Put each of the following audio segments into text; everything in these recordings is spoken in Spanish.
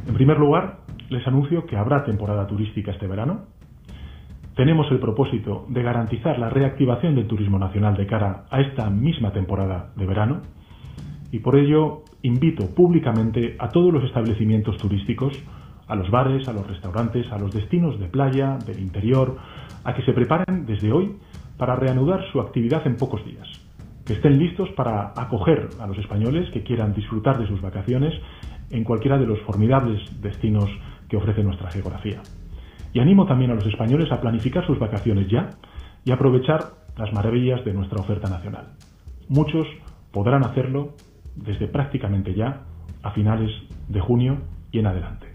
En primer lugar, les anuncio que habrá temporada turística este verano. Tenemos el propósito de garantizar la reactivación del turismo nacional de cara a esta misma temporada de verano y por ello invito públicamente a todos los establecimientos turísticos, a los bares, a los restaurantes, a los destinos de playa, del interior, a que se preparen desde hoy para reanudar su actividad en pocos días, que estén listos para acoger a los españoles que quieran disfrutar de sus vacaciones en cualquiera de los formidables destinos que ofrece nuestra geografía. Y animo también a los españoles a planificar sus vacaciones ya y aprovechar las maravillas de nuestra oferta nacional. Muchos podrán hacerlo desde prácticamente ya, a finales de junio y en adelante.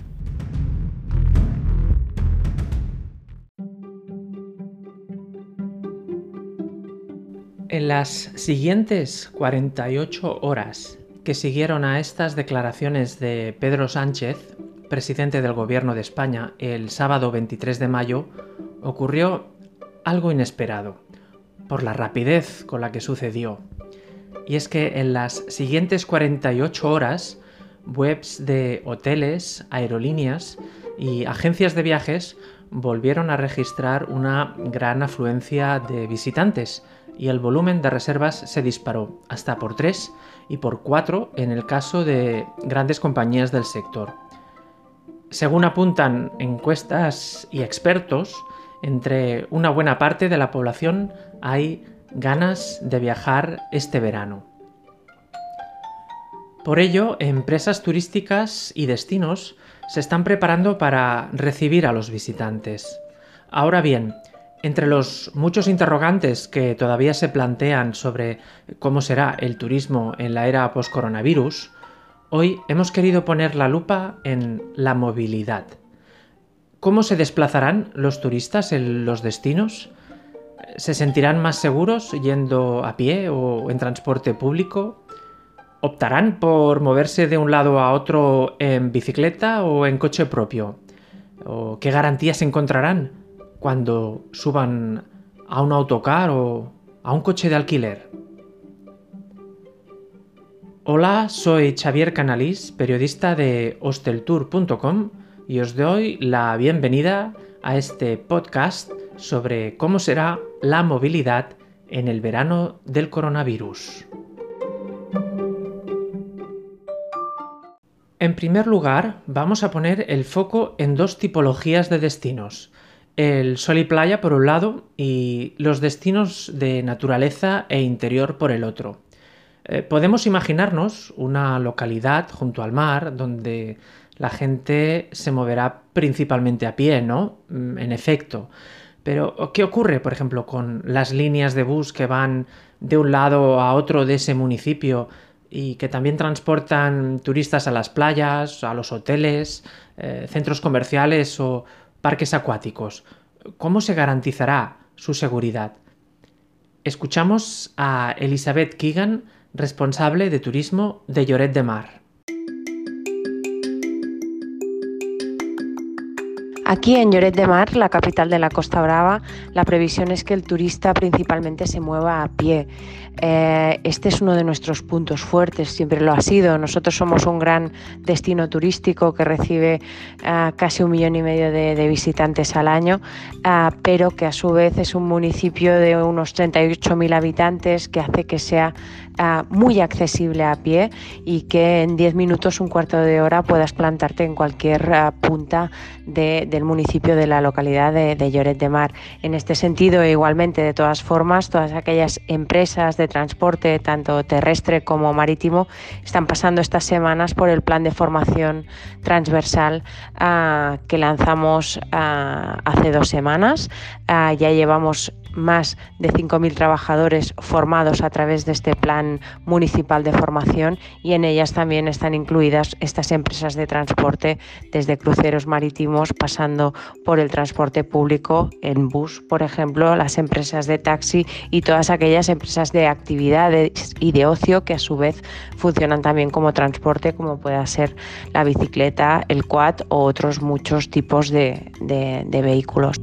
En las siguientes 48 horas que siguieron a estas declaraciones de Pedro Sánchez, presidente del Gobierno de España, el sábado 23 de mayo, ocurrió algo inesperado, por la rapidez con la que sucedió. Y es que en las siguientes 48 horas, webs de hoteles, aerolíneas y agencias de viajes volvieron a registrar una gran afluencia de visitantes y el volumen de reservas se disparó hasta por 3 y por 4 en el caso de grandes compañías del sector. Según apuntan encuestas y expertos, entre una buena parte de la población hay ganas de viajar este verano. Por ello, empresas turísticas y destinos se están preparando para recibir a los visitantes. Ahora bien, entre los muchos interrogantes que todavía se plantean sobre cómo será el turismo en la era post-coronavirus, hoy hemos querido poner la lupa en la movilidad. ¿Cómo se desplazarán los turistas en los destinos? ¿Se sentirán más seguros yendo a pie o en transporte público? ¿Optarán por moverse de un lado a otro en bicicleta o en coche propio? ¿O qué garantías encontrarán cuando suban a un autocar o a un coche de alquiler? Hola, soy Xavier Canalís, periodista de hosteltour.com y os doy la bienvenida a este podcast sobre cómo será la movilidad en el verano del coronavirus. En primer lugar, vamos a poner el foco en dos tipologías de destinos. El sol y playa por un lado y los destinos de naturaleza e interior por el otro. Podemos imaginarnos una localidad junto al mar donde la gente se moverá principalmente a pie, ¿no? En efecto. Pero, ¿qué ocurre, por ejemplo, con las líneas de bus que van de un lado a otro de ese municipio y que también transportan turistas a las playas, a los hoteles, centros comerciales o parques acuáticos? ¿Cómo se garantizará su seguridad? Escuchamos a Elisabeth Keegan, responsable de turismo de Lloret de Mar. Aquí en Lloret de Mar, la capital de la Costa Brava, la previsión es que el turista principalmente se mueva a pie. Este es uno de nuestros puntos fuertes, siempre lo ha sido. Nosotros somos un gran destino turístico que recibe casi 1,5 millones de visitantes al año, pero que a su vez es un municipio de unos 38.000 habitantes que hace que sea muy accesible a pie y que en 10 minutos, un cuarto de hora, puedas plantarte en cualquier punta del municipio, de la localidad de Lloret de Mar. En este sentido, igualmente, de todas formas, todas aquellas empresas de transporte, tanto terrestre como marítimo, están pasando estas semanas por el plan de formación transversal que lanzamos hace 2 semanas. Ya llevamos más de 5.000 trabajadores formados a través de este plan municipal de formación y en ellas también están incluidas estas empresas de transporte, desde cruceros marítimos pasando por el transporte público en bus, por ejemplo, las empresas de taxi y todas aquellas empresas de actividades y de ocio que a su vez funcionan también como transporte, como pueda ser la bicicleta, el quad o otros muchos tipos de vehículos.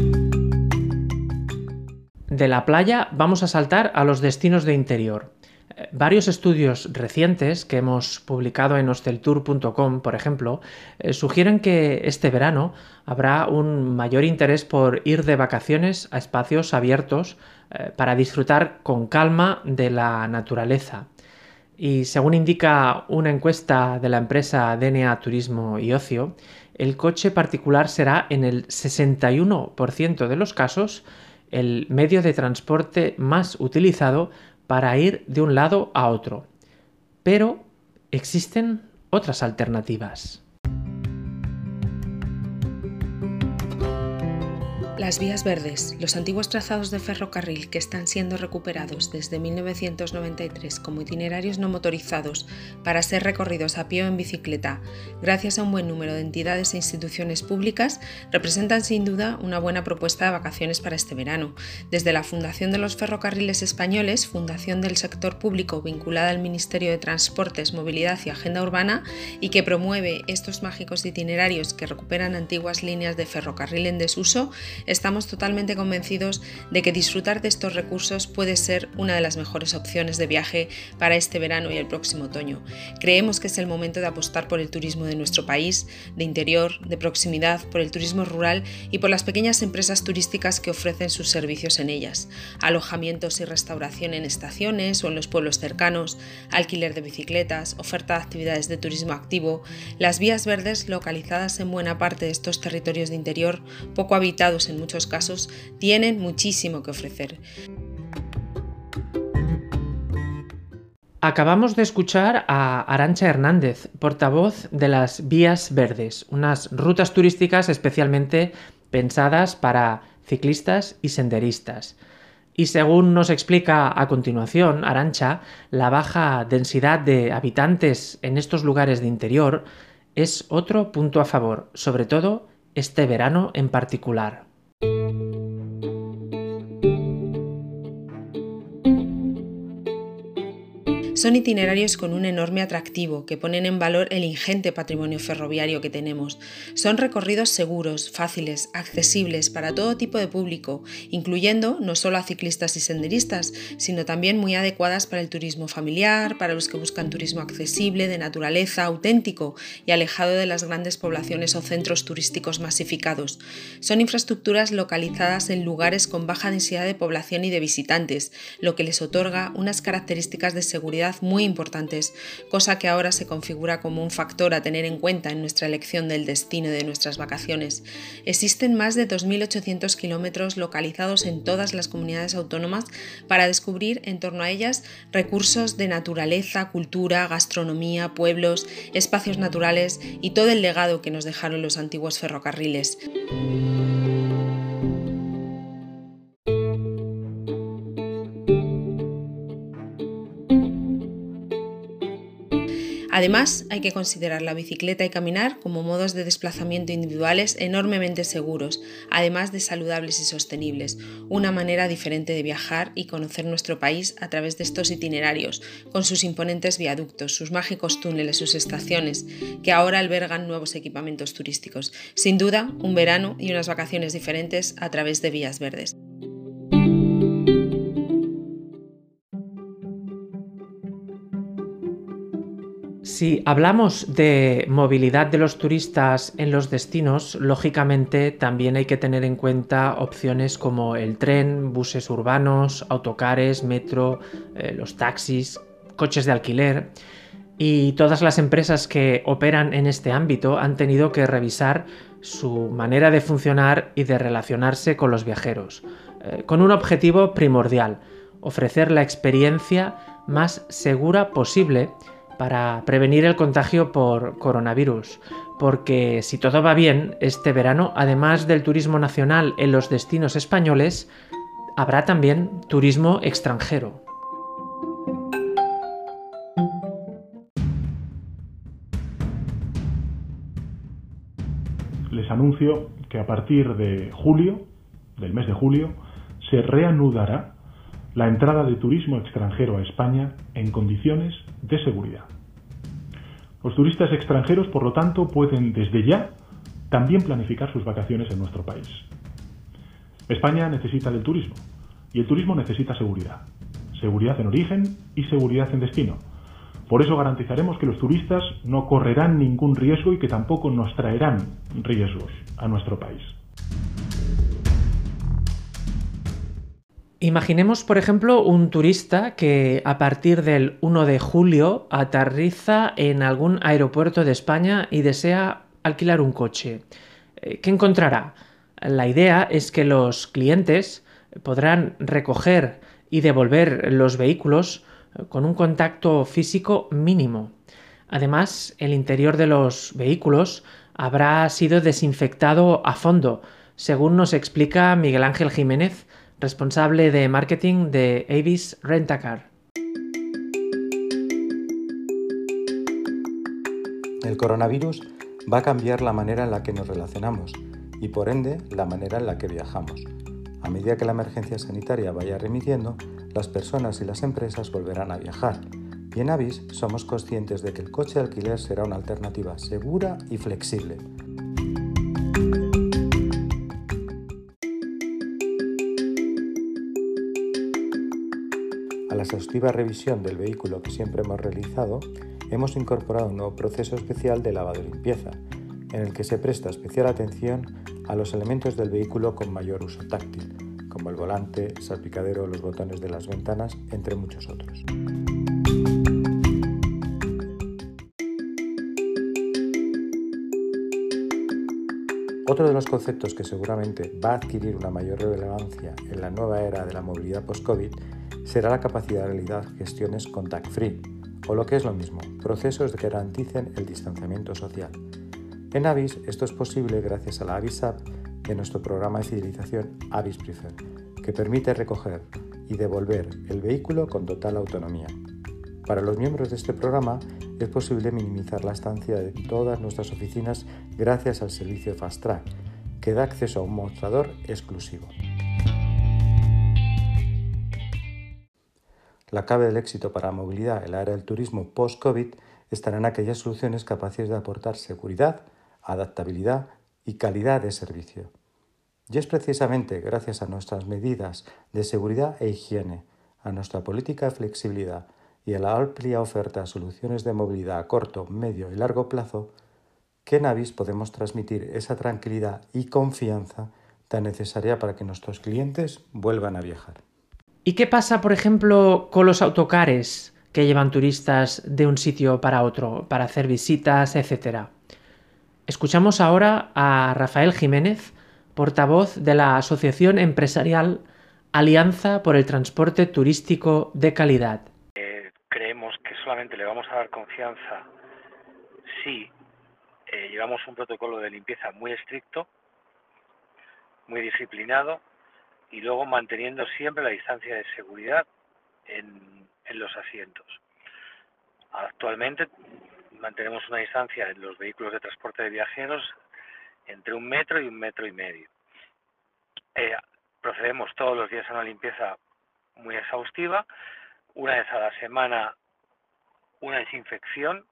De la playa vamos a saltar a los destinos de interior. Varios estudios recientes que hemos publicado en hosteltour.com, por ejemplo, sugieren que este verano habrá un mayor interés por ir de vacaciones a espacios abiertos para disfrutar con calma de la naturaleza. Y según indica una encuesta de la empresa DNA Turismo y Ocio, el coche particular será en el 61% de los casos el medio de transporte más utilizado para ir de un lado a otro. Pero existen otras alternativas. Las vías verdes, los antiguos trazados de ferrocarril que están siendo recuperados desde 1993 como itinerarios no motorizados para ser recorridos a pie o en bicicleta, gracias a un buen número de entidades e instituciones públicas, representan sin duda una buena propuesta de vacaciones para este verano. Desde la Fundación de los Ferrocarriles Españoles, fundación del sector público vinculada al Ministerio de Transportes, Movilidad y Agenda Urbana, y que promueve estos mágicos itinerarios que recuperan antiguas líneas de ferrocarril en desuso, estamos totalmente convencidos de que disfrutar de estos recursos puede ser una de las mejores opciones de viaje para este verano y el próximo otoño. Creemos que es el momento de apostar por el turismo de nuestro país, de interior, de proximidad, por el turismo rural y por las pequeñas empresas turísticas que ofrecen sus servicios en ellas. Alojamientos y restauración en estaciones o en los pueblos cercanos, alquiler de bicicletas, oferta de actividades de turismo activo. Las vías verdes, localizadas en buena parte de estos territorios de interior, poco habitados en muchos casos, tienen muchísimo que ofrecer. Acabamos de escuchar a Arantxa Hernández, portavoz de las Vías Verdes, unas rutas turísticas especialmente pensadas para ciclistas y senderistas. Y según nos explica a continuación Arantxa, la baja densidad de habitantes en estos lugares de interior es otro punto a favor, sobre todo este verano en particular. Son itinerarios con un enorme atractivo que ponen en valor el ingente patrimonio ferroviario que tenemos. Son recorridos seguros, fáciles, accesibles para todo tipo de público, incluyendo no solo a ciclistas y senderistas, sino también muy adecuadas para el turismo familiar, para los que buscan turismo accesible, de naturaleza, auténtico y alejado de las grandes poblaciones o centros turísticos masificados. Son infraestructuras localizadas en lugares con baja densidad de población y de visitantes, lo que les otorga unas características de seguridad muy importantes, cosa que ahora se configura como un factor a tener en cuenta en nuestra elección del destino de nuestras vacaciones. Existen más de 2.800 kilómetros localizados en todas las comunidades autónomas para descubrir en torno a ellas recursos de naturaleza, cultura, gastronomía, pueblos, espacios naturales y todo el legado que nos dejaron los antiguos ferrocarriles. Además, hay que considerar la bicicleta y caminar como modos de desplazamiento individuales enormemente seguros, además de saludables y sostenibles, una manera diferente de viajar y conocer nuestro país a través de estos itinerarios, con sus imponentes viaductos, sus mágicos túneles, sus estaciones, que ahora albergan nuevos equipamientos turísticos. Sin duda, un verano y unas vacaciones diferentes a través de Vías Verdes. Si hablamos de movilidad de los turistas en los destinos, lógicamente también hay que tener en cuenta opciones como el tren, buses urbanos, autocares, metro, los taxis, coches de alquiler. Y todas las empresas que operan en este ámbito han tenido que revisar su manera de funcionar y de relacionarse con los viajeros, con un objetivo primordial: ofrecer la experiencia más segura posible para prevenir el contagio por coronavirus, porque si todo va bien, este verano, además del turismo nacional en los destinos españoles, habrá también turismo extranjero. Les anuncio que a partir de julio, del mes de julio, se reanudará la entrada de turismo extranjero a España en condiciones de seguridad. Los turistas extranjeros, por lo tanto, pueden desde ya también planificar sus vacaciones en nuestro país. España necesita del turismo y el turismo necesita seguridad. seguridad en origen y seguridad en destino. Por eso garantizaremos que los turistas no correrán ningún riesgo y que tampoco nos traerán riesgos a nuestro país. Imaginemos, por ejemplo, un turista que a partir del 1 de julio aterriza en algún aeropuerto de España y desea alquilar un coche. ¿Qué encontrará? La idea es que los clientes podrán recoger y devolver los vehículos con un contacto físico mínimo. Además, el interior de los vehículos habrá sido desinfectado a fondo, según nos explica Miguel Ángel Jiménez, responsable de marketing de Avis Rent-A-Car. El coronavirus va a cambiar la manera en la que nos relacionamos y, por ende, la manera en la que viajamos. A medida que la emergencia sanitaria vaya remitiendo, las personas y las empresas volverán a viajar. Y en Avis somos conscientes de que el coche de alquiler será una alternativa segura y flexible. A la exhaustiva revisión del vehículo que siempre hemos realizado, hemos incorporado un nuevo proceso especial de lavado y limpieza, en el que se presta especial atención a los elementos del vehículo con mayor uso táctil, como el volante, el salpicadero, los botones de las ventanas, entre muchos otros. Otro de los conceptos que seguramente va a adquirir una mayor relevancia en la nueva era de la movilidad post-COVID será la capacidad de realizar gestiones contact-free, o lo que es lo mismo, procesos que garanticen el distanciamiento social. En Avis esto es posible gracias a la Avis App de nuestro programa de fidelización Avis Prefer, que permite recoger y devolver el vehículo con total autonomía. Para los miembros de este programa es posible minimizar la estancia de todas nuestras oficinas gracias al servicio Fast Track, que da acceso a un mostrador exclusivo. La clave del éxito para la movilidad en la era del turismo post-COVID estará en aquellas soluciones capaces de aportar seguridad, adaptabilidad y calidad de servicio. Y es precisamente gracias a nuestras medidas de seguridad e higiene, a nuestra política de flexibilidad y a la amplia oferta de soluciones de movilidad a corto, medio y largo plazo, que en Avis podemos transmitir esa tranquilidad y confianza tan necesaria para que nuestros clientes vuelvan a viajar. ¿Y qué pasa, por ejemplo, con los autocares que llevan turistas de un sitio para otro, para hacer visitas, etcétera? Escuchamos ahora a Rafael Jiménez, portavoz de la Asociación Empresarial Alianza por el Transporte Turístico de Calidad. Creemos que solamente le vamos a dar confianza si llevamos un protocolo de limpieza muy estricto, muy disciplinado y luego manteniendo siempre la distancia de seguridad en los asientos. Actualmente mantenemos una distancia en los vehículos de transporte de viajeros entre 1 metro y 1,5 metros. Procedemos todos los días a una limpieza muy exhaustiva, una vez a la semana una desinfección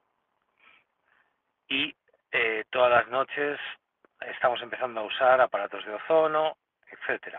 y todas las noches estamos empezando a usar aparatos de ozono, etcétera.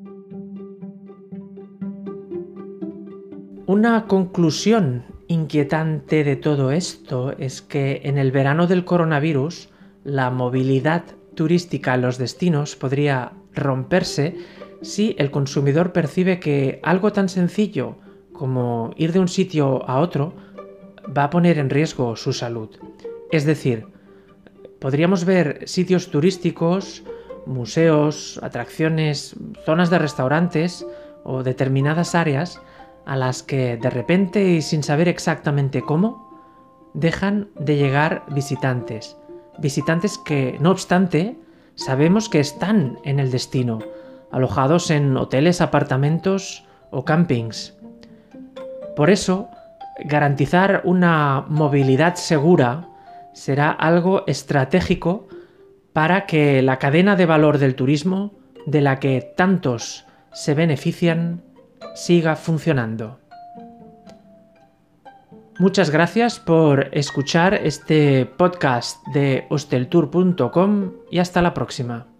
Una conclusión inquietante de todo esto es que en el verano del coronavirus la movilidad turística en los destinos podría romperse si el consumidor percibe que algo tan sencillo como ir de un sitio a otro va a poner en riesgo su salud. Es decir, podríamos ver sitios turísticos, museos, atracciones, zonas de restaurantes o determinadas áreas a las que de repente y sin saber exactamente cómo dejan de llegar visitantes. Visitantes que, no obstante, sabemos que están en el destino, alojados en hoteles, apartamentos o campings. Por eso, garantizar una movilidad segura será algo estratégico para que la cadena de valor del turismo, de la que tantos se benefician, siga funcionando. Muchas gracias por escuchar este podcast de hosteltour.com y hasta la próxima.